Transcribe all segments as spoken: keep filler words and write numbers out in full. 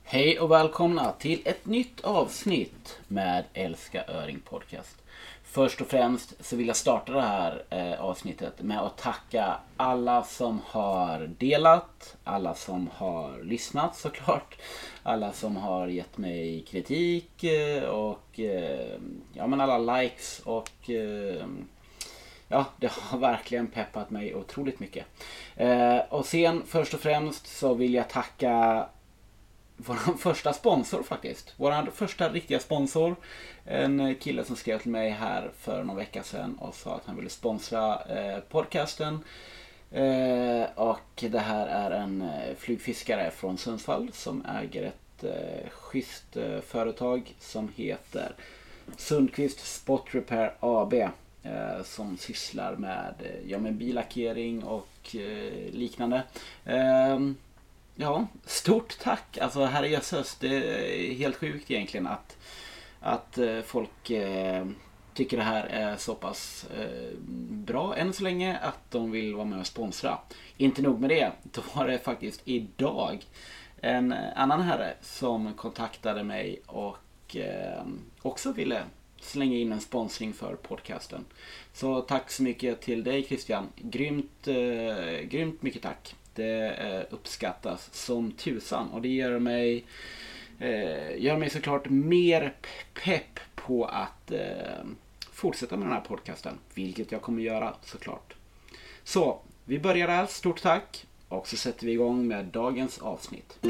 Hej och välkomna till ett nytt avsnitt med Älska Öring Podcast. Först och främst så vill jag starta det här eh, avsnittet med att tacka alla som har delat, alla som har lyssnat såklart, alla som har gett mig kritik eh, och eh, ja, men alla likes och eh, ja, det har verkligen peppat mig otroligt mycket. Eh, och sen först och främst så vill jag tacka vår första sponsor faktiskt. Vår första riktiga sponsor. En kille som skrev till mig här för någon vecka sedan och sa att han ville sponsra eh, podcasten. Eh, och det här är en eh, flugfiskare från Sundsvall som äger ett eh, schysst eh, företag som heter Sundqvist Spot Repair A B. Eh, som sysslar med, eh, ja, med billackering och eh, liknande. Eh, Ja, stort tack. Alltså herrejösses, det är helt sjukt egentligen att, att folk eh, tycker det här är så pass eh, bra än så länge att de vill vara med och sponsra. Inte nog med det, då var det faktiskt idag en annan herre som kontaktade mig och eh, också ville slänga in en sponsring för podcasten. Så tack så mycket till dig Christian. Grymt, eh, grymt mycket tack. Det uppskattas som tusan och det gör mig, eh, gör mig såklart mer pepp på att eh, fortsätta med den här podcasten. Vilket jag kommer göra såklart. Så, vi börjar där. Stort tack. Och så sätter vi igång med dagens avsnitt.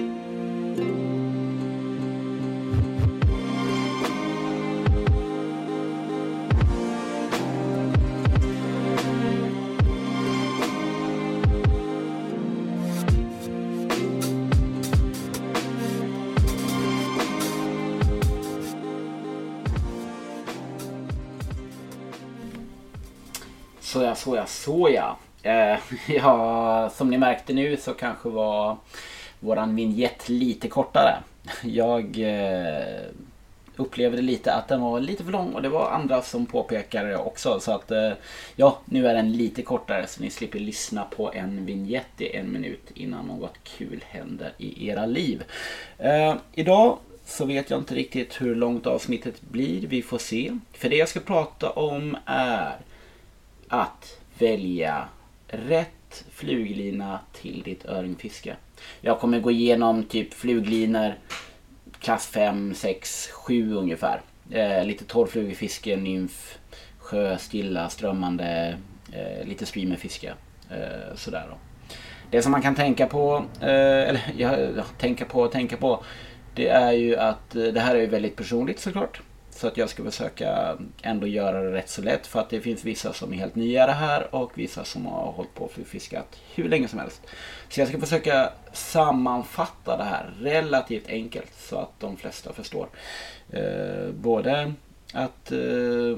Såja, såja, såja. Eh, ja, som ni märkte nu så kanske var våran vignett lite kortare. Jag eh, upplevde lite att den var lite för lång och det var andra som påpekade det också. Så att eh, ja, nu är den lite kortare så ni slipper lyssna på en vignett i en minut innan något kul händer i era liv. Eh, idag så vet jag inte riktigt hur långt avsnittet blir. Vi får se. För det jag ska prata om är att välja rätt fluglina till ditt öringfiske. Jag kommer gå igenom typ fluglinor klass fem, sex, sju ungefär. Eh, lite torrflugfiske, nymf, sjö, stilla, strömmande, eh, lite streamerfiske. Eh, sådär då. Det som man kan tänka på, eh, eller ja, tänka på och tänka på, det är ju att eh, det här är ju väldigt personligt såklart. Så att jag ska försöka ändå göra det rätt så lätt. För att det finns vissa som är helt nya det här. Och vissa som har hållit på och fiskat hur länge som helst. Så jag ska försöka sammanfatta det här relativt enkelt. Så att de flesta förstår. Eh, både att eh,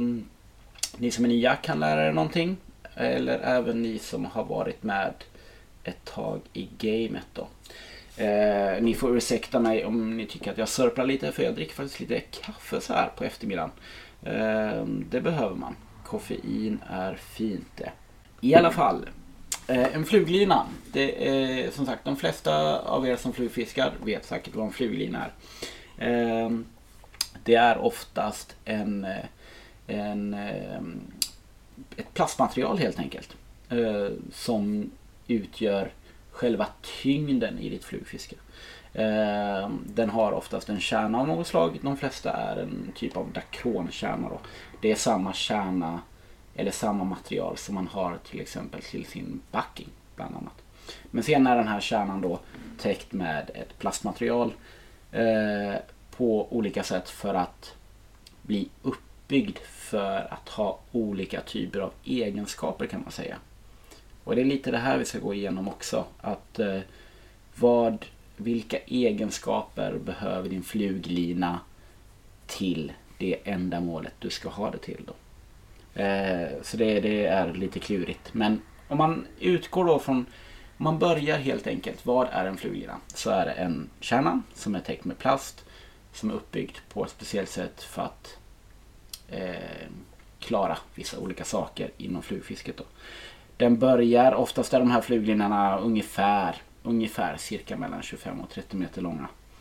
ni som är nya kan lära er någonting. Eller även ni som har varit med ett tag i gamet då. Eh, ni får ursäkta mig om ni tycker att jag sörplar lite, för jag dricker faktiskt lite kaffe så här på eftermiddagen. Eh, det behöver man. Koffein är fint det. I alla fall, eh, en fluglina. Det är som sagt, de flesta av er som flugfiskar vet säkert vad en fluglina är. Eh, det är oftast en, en, ett plastmaterial helt enkelt. Eh, som utgör själva tyngden i ditt flugfiske. Eh, den har oftast en kärna av något slag. De flesta är en typ av dakronkärna då. Det är samma kärna eller samma material som man har till exempel till sin backing bland annat. Men sen är den här kärnan då täckt med ett plastmaterial eh, på olika sätt för att bli uppbyggd för att ha olika typer av egenskaper kan man säga. Och det är lite det här vi ska gå igenom också. Att eh, vad, vilka egenskaper behöver din fluglina till det ändamålet du ska ha det till då. Eh, så det, det är lite klurigt. Men om man utgår då från, om man börjar helt enkelt, vad är en fluglina? Så är det en kärna som är täckt med plast. Som är uppbyggd på ett speciellt sätt för att eh, klara vissa olika saker inom flugfisket då. Den börjar, oftast är de här fluglinorna ungefär, ungefär cirka mellan tjugofem och trettio meter långa.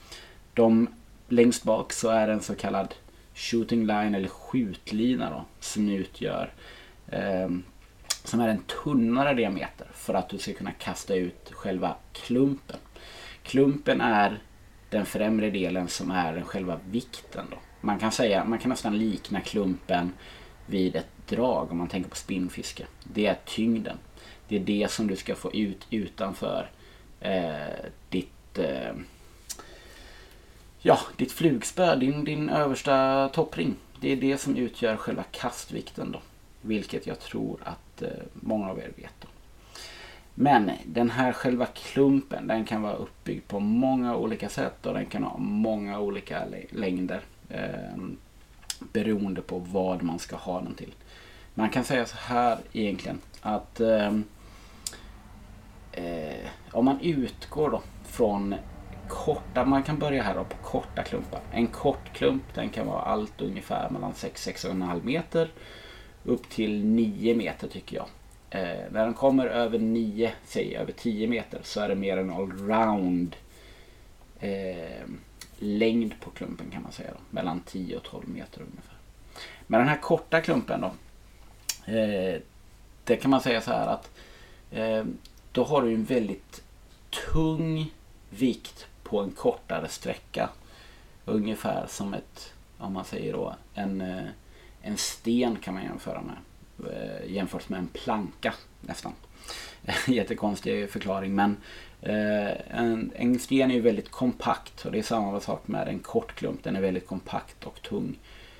De längst bak så är en så kallad shooting line eller skjutlina då, som utgör eh, som är en tunnare diameter för att du ska kunna kasta ut själva klumpen. Klumpen är den främre delen som är den själva vikten då. Man kan säga, man kan nästan likna klumpen vid ett drag om man tänker på spinnfiske. Det är tyngden. Det är det som du ska få ut utanför eh, ditt eh, ja, ditt flugspö, din, din översta toppring. Det är det som utgör själva kastvikten då. Vilket jag tror att eh, många av er vet då. Men den här själva klumpen, den kan vara uppbyggd på många olika sätt och den kan ha många olika längder eh, beroende på vad man ska ha den till. Man kan säga så här egentligen att eh, eh, om man utgår då från korta, man kan börja här då på korta klumpar. En kort klump, den kan vara allt ungefär mellan sex till sex komma fem meter upp till nio meter tycker jag. Eh, när den kommer över nio, säg över tio meter, så är det mer en allround eh, längd på klumpen kan man säga då, mellan tio och tolv meter ungefär. Men den här korta klumpen då, eh, det kan man säga så här att eh, då har du en väldigt tung vikt på en kortare sträcka, ungefär som ett, om man säger då, en, en sten kan man jämföra med, jämfört med en planka nästan. Jättekonstig förklaring, men en, en sten är ju väldigt kompakt och det är samma sak med en kort klump, den är väldigt kompakt och tung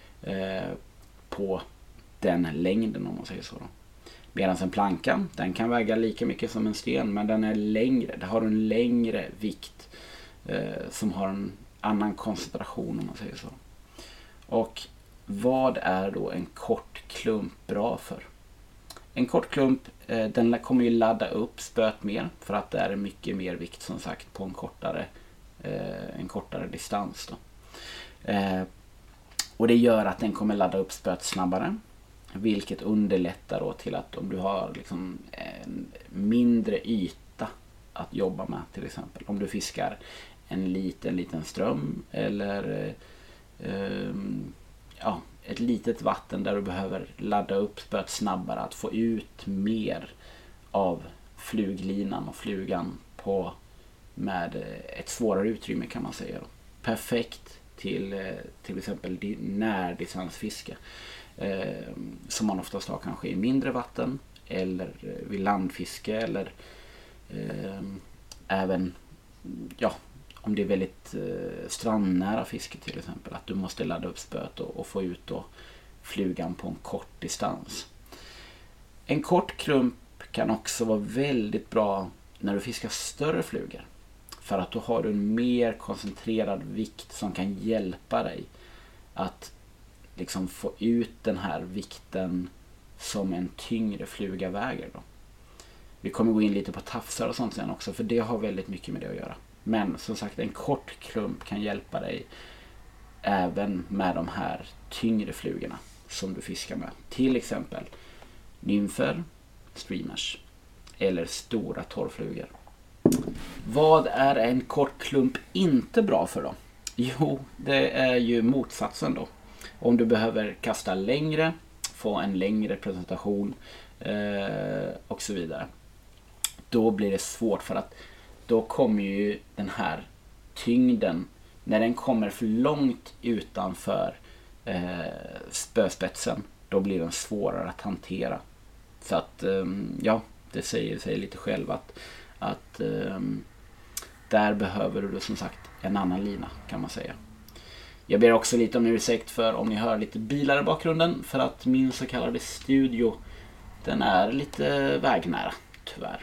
på den längden om man säger så då. Medan en planka, den kan väga lika mycket som en sten, men den är längre. Det har en längre vikt eh, som har en annan koncentration om man säger så. Och vad är då en kort klump bra för? En kort klump, eh, den kommer ju ladda upp spöet mer för att det är mycket mer vikt som sagt på en kortare, eh, en kortare distans då. Eh, och det gör att den kommer ladda upp spöet snabbare. Vilket underlättar då till att om du har liksom en mindre yta att jobba med till exempel. Om du fiskar en liten liten ström eller eh, ja, ett litet vatten där du behöver ladda upp spöet snabbare, att få ut mer av fluglinan och flugan på med ett svårare utrymme kan man säga då. Perfekt till till exempel närdistansfiske. Eh, som man oftast har kanske i mindre vatten eller vid landfiske eller eh, även ja, om det är väldigt eh, strandnära fiske till exempel, att du måste ladda upp spöet och, och få ut då flugan på en kort distans. En kort klump kan också vara väldigt bra när du fiskar större flugor, för att då har du en mer koncentrerad vikt som kan hjälpa dig att liksom få ut den här vikten som en tyngre fluga väger då. Vi kommer gå in lite på tafsar och sånt sen också, för det har väldigt mycket med det att göra. Men som sagt, en kort klump kan hjälpa dig även med de här tyngre flugorna som du fiskar med. Till exempel nymfer, streamers eller stora torrflugor. Vad är en kort klump inte bra för då? Jo, det är ju motsatsen då. Om du behöver kasta längre, få en längre presentation eh, och så vidare. Då blir det svårt, för att då kommer ju den här tyngden, när den kommer för långt utanför eh, spöspetsen, då blir den svårare att hantera. Så att eh, ja, det säger sig lite själv att, att eh, där behöver du som sagt en annan lina kan man säga. Jag ber också lite om ursäkt för om ni hör lite bilar i bakgrunden, för att min så kallade studio, den är lite vägnära, tyvärr.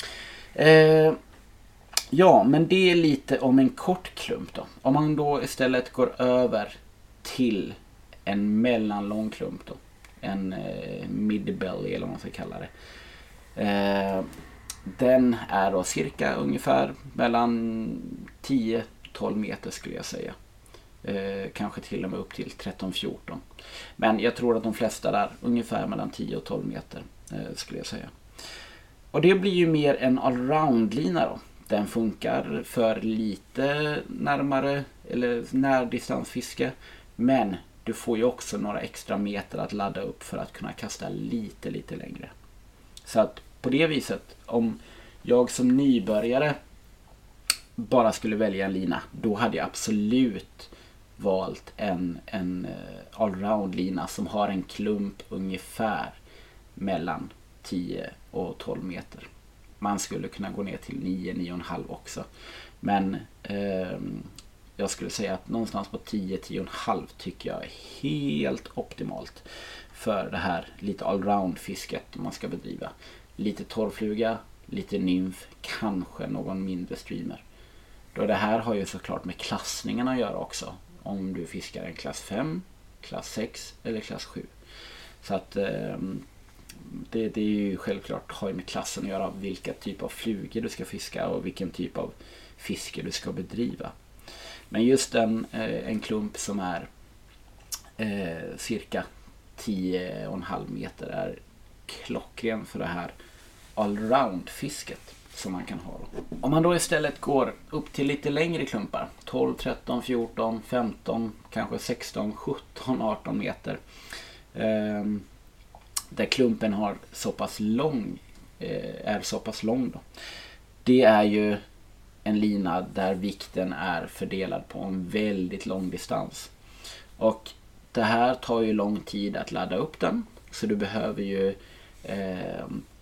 Eh, ja, men det är lite om en kort klump då. Om man då istället går över till en mellanlång klump då, en eh, mid-belly eller vad man ska kalla det. Eh, den är då cirka ungefär mellan tio till tolv meter skulle jag säga. Eh, kanske till och med upp till tretton till fjorton. Men jag tror att de flesta där ungefär mellan tio och tolv meter eh, skulle jag säga. Och det blir ju mer en allround-lina då. Den funkar för lite närmare eller närdistansfiske. Men du får ju också några extra meter att ladda upp för att kunna kasta lite, lite längre. Så att på det viset, om jag som nybörjare bara skulle välja en lina, då hade jag absolut valt en, en allround lina som har en klump ungefär mellan tio och tolv meter. Man skulle kunna gå ner till nio, nio komma fem också. Men eh, jag skulle säga att någonstans på tio, tio komma fem tycker jag är helt optimalt för det här lite allround fisket man ska bedriva. Lite torrfluga, lite nymf, kanske någon mindre streamer. Då det här har ju såklart med klassningen att göra också. Om du fiskar en klass fem, klass sex eller klass sju. Så att eh, det, det är ju självklart har ju med klassen att göra, vilka typ av flugor du ska fiska och vilken typ av fiske du ska bedriva. Men just en, eh, en klump som är eh, cirka tio komma fem meter är klockren för det här allround-fisket som man kan ha. Om man då istället går upp till lite längre klumpar, tolv, tretton, fjorton, femton, kanske sexton, sjutton, arton meter, eh, där klumpen har så pass lång, eh, är så pass lång då. Det är ju en lina där vikten är fördelad på en väldigt lång distans. Och det här tar ju lång tid att ladda upp den, så du behöver ju eh,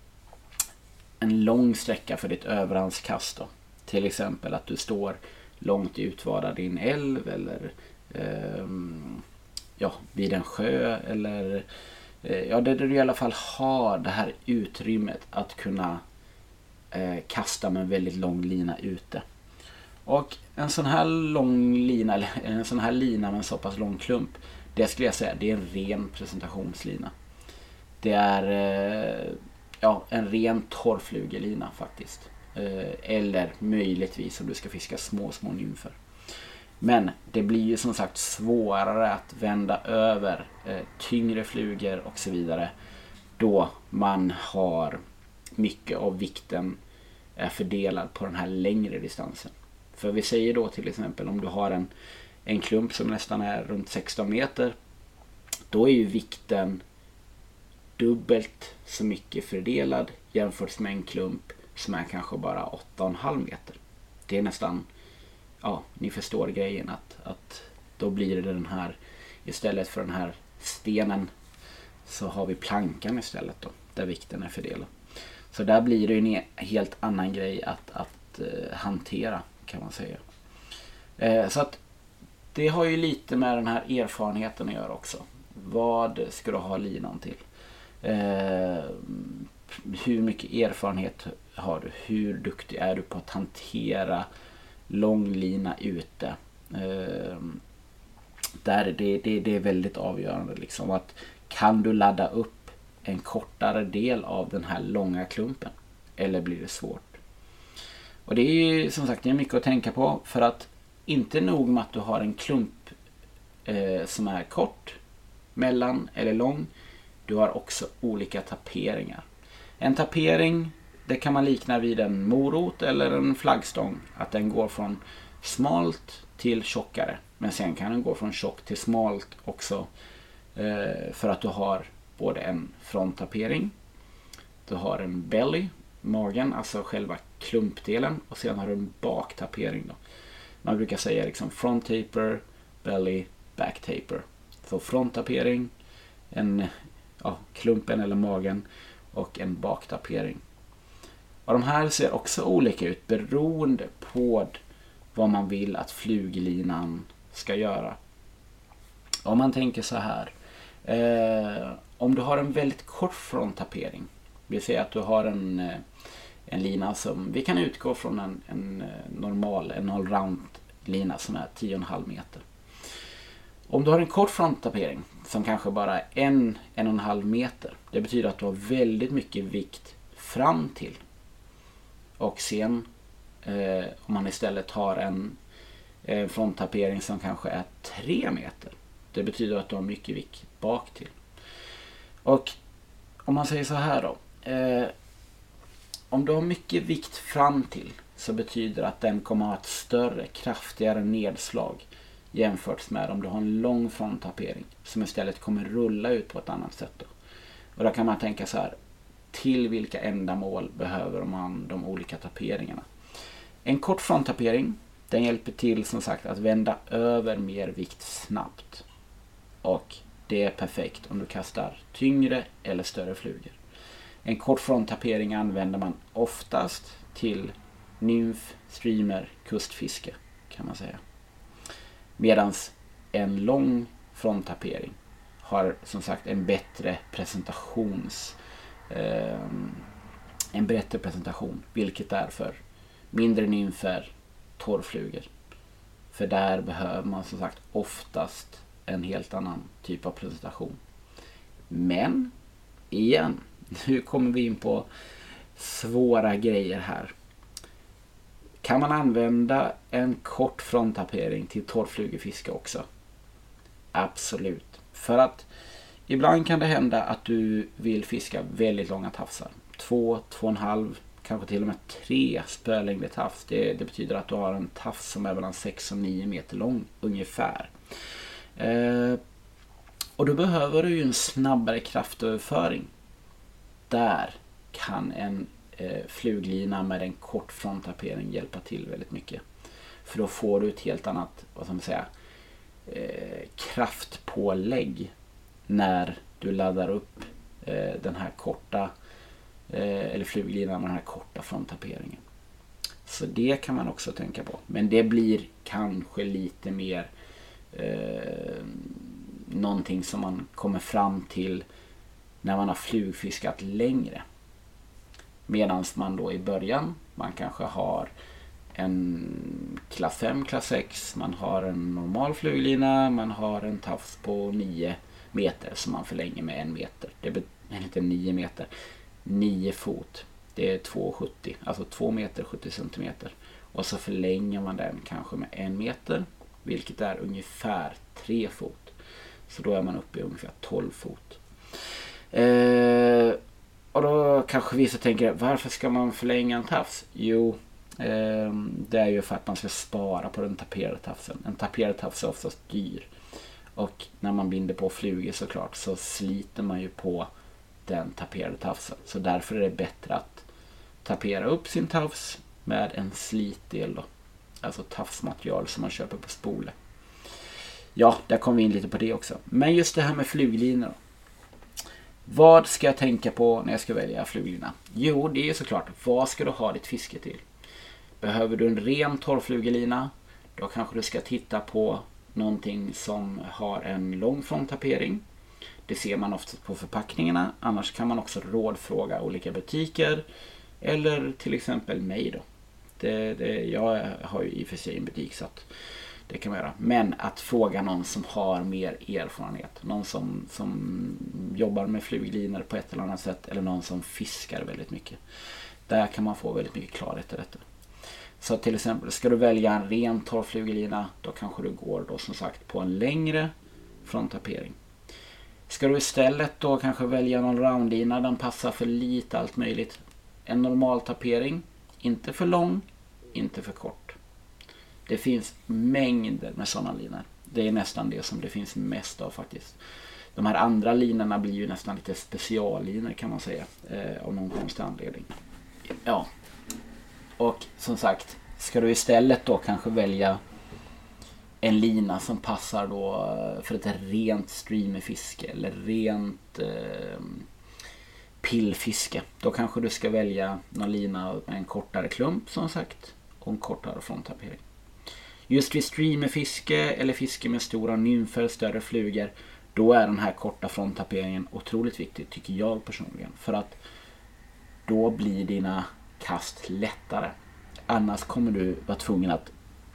en lång sträcka för ditt överhandskast då. Till exempel att du står långt utvarad i en älv eller eh, ja, vid en sjö eller eh, ja, där du i alla fall har det här utrymmet att kunna eh, kasta med en väldigt lång lina ute. Och en sån här lång lina eller en sån här lina med en så pass lång klump, det skulle jag säga, det är en ren presentationslina. Det är eh, ja, en ren torrflugelina faktiskt. Eh, eller möjligtvis om du ska fiska små, små nymfer. Men det blir ju som sagt svårare att vända över eh, tyngre flugor och så vidare. Då man har mycket av vikten är fördelad på den här längre distansen. För vi säger då till exempel om du har en, en klump som nästan är runt sexton meter. Då är ju vikten dubbelt så mycket fördelad jämfört med en klump som är kanske bara åtta komma fem meter. Det är nästan, ja, ni förstår grejen att, att då blir det den här, istället för den här stenen så har vi plankan istället då, där vikten är fördelad. Så där blir det ju en helt annan grej att, att uh, hantera, kan man säga. Eh, så att det har ju lite med den här erfarenheten att göra också. Vad ska du ha linan till? Eh, hur mycket erfarenhet har du? Hur duktig är du på att hantera långlina ute? Eh, där det, det, det är väldigt avgörande liksom, att kan du ladda upp en kortare del av den här långa klumpen, eller blir det svårt? Och det är ju som sagt, det är mycket att tänka på, för att inte nog med att du har en klump eh, som är kort, mellan eller lång, du har också olika taperingar. En tapering, det kan man likna vid en morot eller en flaggstång, att den går från smalt till tjockare, men sen kan den gå från tjock till smalt också, eh, för att du har både en fronttapering, du har en belly, magen, alltså själva klumpdelen, och sedan har du en baktapering då. Man brukar säga liksom front taper, belly, back taper. Så fronttapering, en ja, klumpen eller magen och en baktapering. Och de här ser också olika ut beroende på vad man vill att fluglinan ska göra. Om man tänker så här, eh, om du har en väldigt kort fronttapering, vi säger att du har en, en lina som, vi kan utgå från en, en normal, en allround lina som är tio komma fem meter. Om du har en kort fronttapering som kanske bara är en, en och en halv meter, det betyder att du har väldigt mycket vikt fram till. Och sen eh, om man istället har en eh, fronttapering som kanske är tre meter, det betyder att du har mycket vikt bak till. Och om man säger så här då, eh, om du har mycket vikt fram till, så betyder det att den kommer att ha ett större, kraftigare nedslag jämfört med om du har en lång fronttapering som istället kommer rulla ut på ett annat sätt då. Och då kan man tänka så här, till vilka ändamål behöver man de olika taperingarna? En kort fronttapering, den hjälper till som sagt att vända över mer vikt snabbt. Och det är perfekt om du kastar tyngre eller större flugor. En kort fronttapering använder man oftast till nymf, streamer, kustfiske kan man säga. Medans en lång fronttapering har som sagt en bättre presentations eh, en bättre presentation, vilket är för mindre nymfer, torrflugor. För där behöver man som sagt oftast en helt annan typ av presentation. Men igen, nu kommer vi in på svåra grejer här. Kan man använda en kort fronttapering till torrflugefiske också? Absolut. För att ibland kan det hända att du vill fiska väldigt långa tafsar. Två, två och en halv, kanske till och med tre spölängder tafs. Det, det betyder att du har en tafs som är mellan sex och nio meter lång ungefär. Eh, och då behöver du ju en snabbare kraftöverföring. Där kan en eh, fluglina med en kort fronttapering hjälpa till väldigt mycket. För då får du ett helt annat, vad ska man säga, eh, kraftpålägg när du laddar upp eh, den här korta eh, eller fluglinan med den här korta fronttaperingen. Så det kan man också tänka på. Men det blir kanske lite mer eh, någonting som man kommer fram till när man har flugfiskat längre. Medan man då i början, man kanske har en klass fem, klass sex, man har en normal fluglina, man har en tafs på nio meter som man förlänger med en meter. Det är inte nio meter, nio fot. Det är två komma sjuttio, alltså två meter sjuttio centimeter. Och så förlänger man den kanske med en meter, vilket är ungefär tre fot. Så då är man uppe i ungefär tolv fot. Eh, och då kanske vissa tänker, varför ska man förlänga en tafs? Jo, eh, det är ju för att man ska spara på den taperade tafsen. En taperad tafs är oftast dyr. Och när man binder på flugor såklart så sliter man ju på den taperade tafsen. Så därför är det bättre att tapera upp sin tafs med en slitdel då. Alltså tafsmaterial som man köper på spole. Ja, där kommer vi in lite på det också. Men just det här med fluglinor då. Vad ska jag tänka på när jag ska välja fluglina? Jo, det är ju såklart, vad ska du ha ditt fiske till? Behöver du en ren torrflugelina? Då kanske du ska titta på någonting som har en lång fronttapering. Det ser man ofta på förpackningarna. Annars kan man också rådfråga olika butiker. Eller till exempel mig då. Det, det, jag har ju i och för sig en butik så att det kan man göra. Men att fråga någon som har mer erfarenhet. Någon som, som jobbar med fluglinor på ett eller annat sätt. Eller någon som fiskar väldigt mycket. Där kan man få väldigt mycket klarhet i detta. Så till exempel, ska du välja en ren torrflugelina, då kanske du går då som sagt på en längre fronttapering. Ska du istället då kanske välja någon roundlina, den passar för lite allt möjligt. En normal tapering, inte för lång, inte för kort. Det finns mängder med sådana linor. Det är nästan det som det finns mest av faktiskt. De här andra linorna blir ju nästan lite speciallinor kan man säga, eh, av någon konstig anledning. Ja. Och som sagt, ska du istället då kanske välja en lina som passar då för ett rent streamerfiske eller rent eh, pillfiske. Då kanske du ska välja någon lina med en kortare klump som sagt och en kortare fronttapering. Just vid streamerfiske eller fiske med stora nymfer, större flugor, då är den här korta fronttaperingen otroligt viktig tycker jag personligen. För att då blir dina kast lättare. Annars kommer du vara tvungen att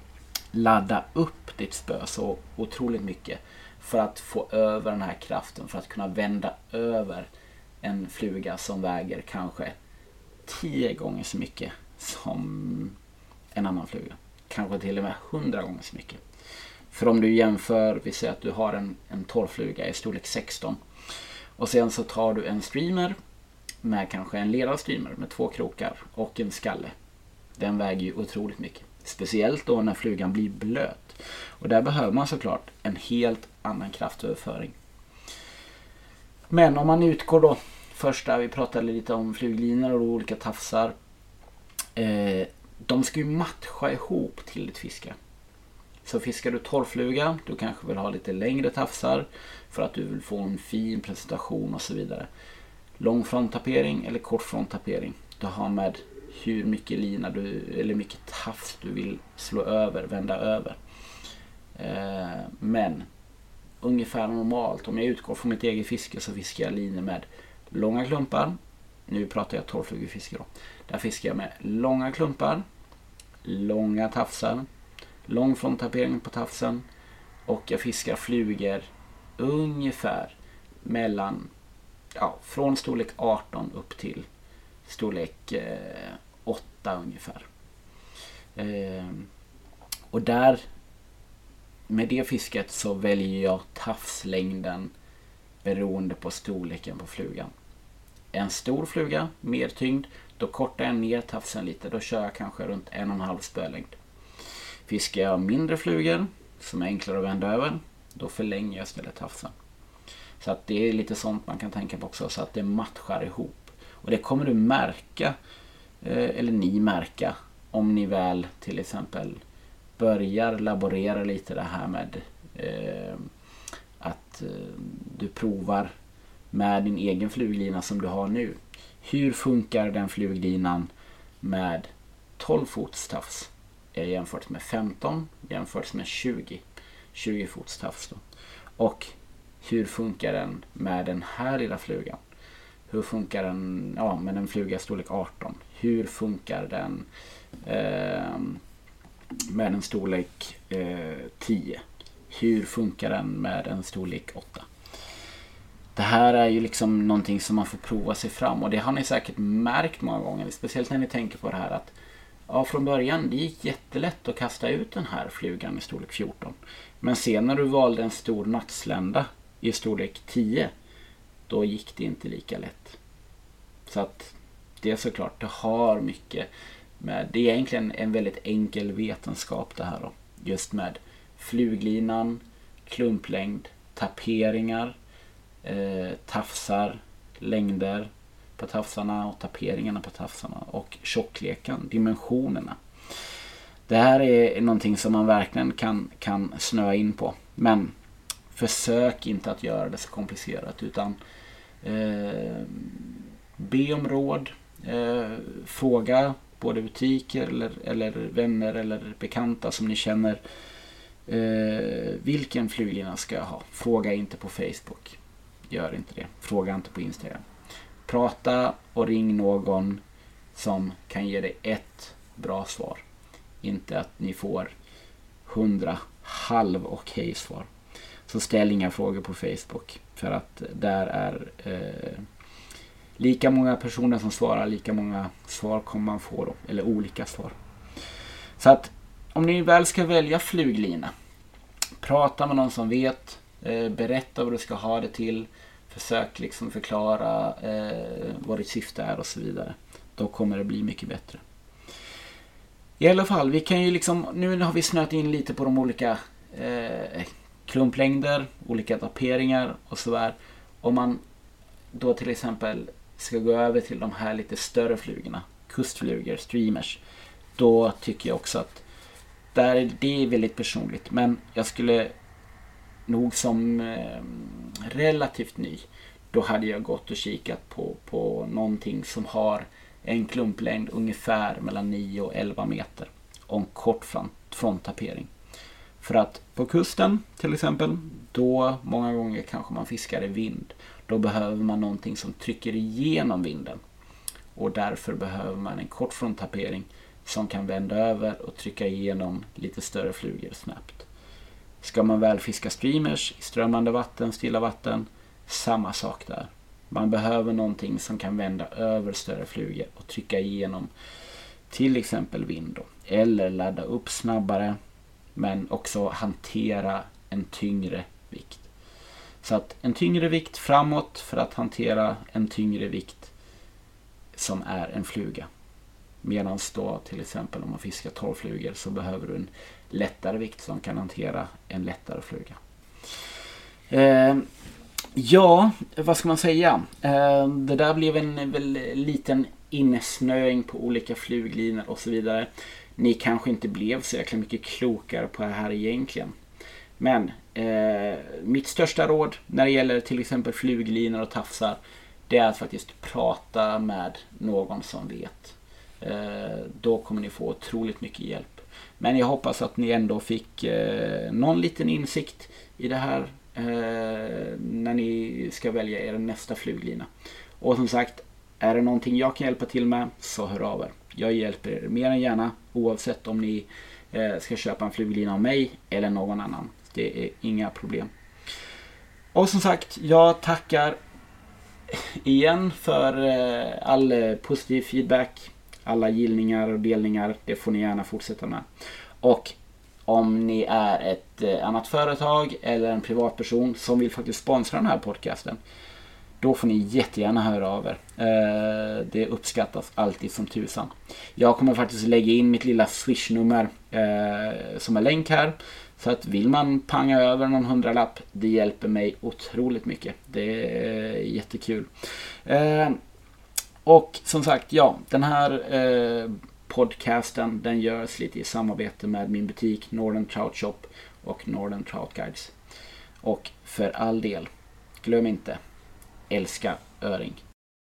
ladda upp ditt spö så otroligt mycket för att få över den här kraften, för att kunna vända över en fluga som väger kanske tio gånger så mycket som en annan fluga. Kanske till och med hundra gånger så mycket. För om du jämför, vi säger att du har en, en torrfluga i storlek sexton och sen så tar du en streamer med kanske en ledad streamer med två krokar och en skalle. Den väger ju otroligt mycket. Speciellt då när flugan blir blöt. Och där behöver man såklart en helt annan kraftöverföring. Men om man utgår då, första vi pratade lite om fluglinor och olika tafsar. Eh, de ska ju matcha ihop till ditt fiske. Så fiskar du torrfluga, du kanske vill ha lite längre tafsar för att du vill få en fin presentation och så vidare. Lång fronttapering eller kort fronttapering. Du har med hur mycket lina du, eller mycket tafs du vill slå över, vända över. Eh, men ungefär normalt, om jag utgår från mitt eget fiske, så fiskar jag linor med långa klumpar. Nu pratar jag torrflugefiske då. Där fiskar jag med långa klumpar, långa tafsar, lång fronttapering på tafsen, och jag fiskar flugor ungefär mellan, ja, från storlek arton upp till storlek eh, åtta ungefär. Eh, och där, med det fisket, så väljer jag tafslängden beroende på storleken på flugan. En stor fluga, mer tyngd, då kortar jag ner tafsen lite. Då kör jag kanske runt en och en halv spölängd. Fiskar jag mindre flugor som är enklare att vända över, då förlänger jag istället tafsen. Så att det är lite sånt man kan tänka på också, så att det matchar ihop. Och det kommer du märka, eller ni märka, om ni väl till exempel börjar laborera lite det här med eh, att eh, du provar med din egen fluglina som du har nu. Hur funkar den fluglinan med tolv fots tafs jämfört med femton, jämfört med tjugo, tjugo fots tafs då. Och hur funkar den med den här lilla flugan? Hur funkar den, ja, med en fluga storlek arton? Hur funkar den eh, med en storlek eh, tio? Hur funkar den med en storlek åtta? Det här är ju liksom någonting som man får prova sig fram, och det har ni säkert märkt många gånger, speciellt när ni tänker på det här att ja, från början det gick jättelätt att kasta ut den här flugan i storlek fjorton, men sen när du valde en stor nattslända i storlek tio, då gick det inte lika lätt. Så att det är såklart, det har mycket med, det är egentligen en väldigt enkel vetenskap det här då, just med fluglinan, klumplängd, taperingar, eh, tafsar, längder på tafsarna och taperingarna på tafsarna och tjockleken, dimensionerna. Det här är någonting som man verkligen kan, kan snöa in på, men försök inte att göra det så komplicerat, utan eh, be om råd, eh, fråga både butiker eller, eller vänner eller bekanta som ni känner. Eh, vilken fluglina ska jag ha? Fråga inte på Facebook. Gör inte det. Fråga inte på Instagram. Prata och ring någon som kan ge dig ett bra svar. Inte att ni får hundra halv okej svar. Så ställ inga frågor på Facebook. För att där är eh, lika många personer som svarar, lika många svar kommer man få då. Eller olika svar. Så att om ni väl ska välja fluglina, prata med någon som vet, eh, berätta vad du ska ha det till, försök liksom förklara eh, vad ditt syfte är och så vidare. Då kommer det bli mycket bättre. I alla fall, vi kan ju liksom, nu har vi snöat in lite på de olika eh, klumplängder, olika taperingar och så där. Om man då till exempel ska gå över till de här lite större flugorna, kustflugor, streamers, då tycker jag också att där är det väldigt personligt, men jag skulle nog som eh, relativt ny, då hade jag gått och kikat på, på någonting som har en klumplängd ungefär mellan nio och elva meter och en kort front, fronttapering. För att på kusten till exempel, då många gånger kanske man fiskar i vind. Då behöver man någonting som trycker igenom vinden. Och därför behöver man en kort fronttapering som kan vända över och trycka igenom lite större flugor snabbt. Ska man väl fiska streamers i strömmande vatten, stilla vatten, samma sak där. Man behöver någonting som kan vända över större flugor och trycka igenom till exempel vind då. Eller ladda upp snabbare, men också hantera en tyngre vikt. Så att en tyngre vikt framåt för att hantera en tyngre vikt som är en fluga. Medan då till exempel om man fiskar torrflugor så behöver du en lättare vikt som kan hantera en lättare fluga. Eh, ja, vad ska man säga? Eh, det där blev en väl, liten insnöing på olika fluglinor och så vidare. Ni kanske inte blev så jäkla mycket klokare på det här egentligen. Men eh, mitt största råd när det gäller till exempel fluglinor och tafsar, det är att faktiskt prata med någon som vet. Eh, då kommer ni få otroligt mycket hjälp. Men jag hoppas att ni ändå fick eh, någon liten insikt i det här eh, när ni ska välja er nästa fluglina. Och som sagt, är det någonting jag kan hjälpa till med så hör av er. Jag hjälper er mer än gärna oavsett om ni eh, ska köpa en fluglina av mig eller någon annan. Det är inga problem. Och som sagt, jag tackar igen för eh, all eh, positiv feedback. Alla gillningar och delningar, det får ni gärna fortsätta med. Och om ni är ett eh, annat företag eller en privatperson som vill faktiskt sponsra den här podcasten, då får ni jättegärna höra av er. Eh, det uppskattas alltid som tusan. Jag kommer faktiskt lägga in mitt lilla Swish-nummer eh, som är länk här. Så att vill man panga över någon hundralapp, det hjälper mig otroligt mycket. Det är jättekul. Eh, och som sagt, ja, den här eh, podcasten, den görs lite i samarbete med min butik Northern Trout Shop och Northern Trout Guides. Och för all del, glöm inte, älska öring.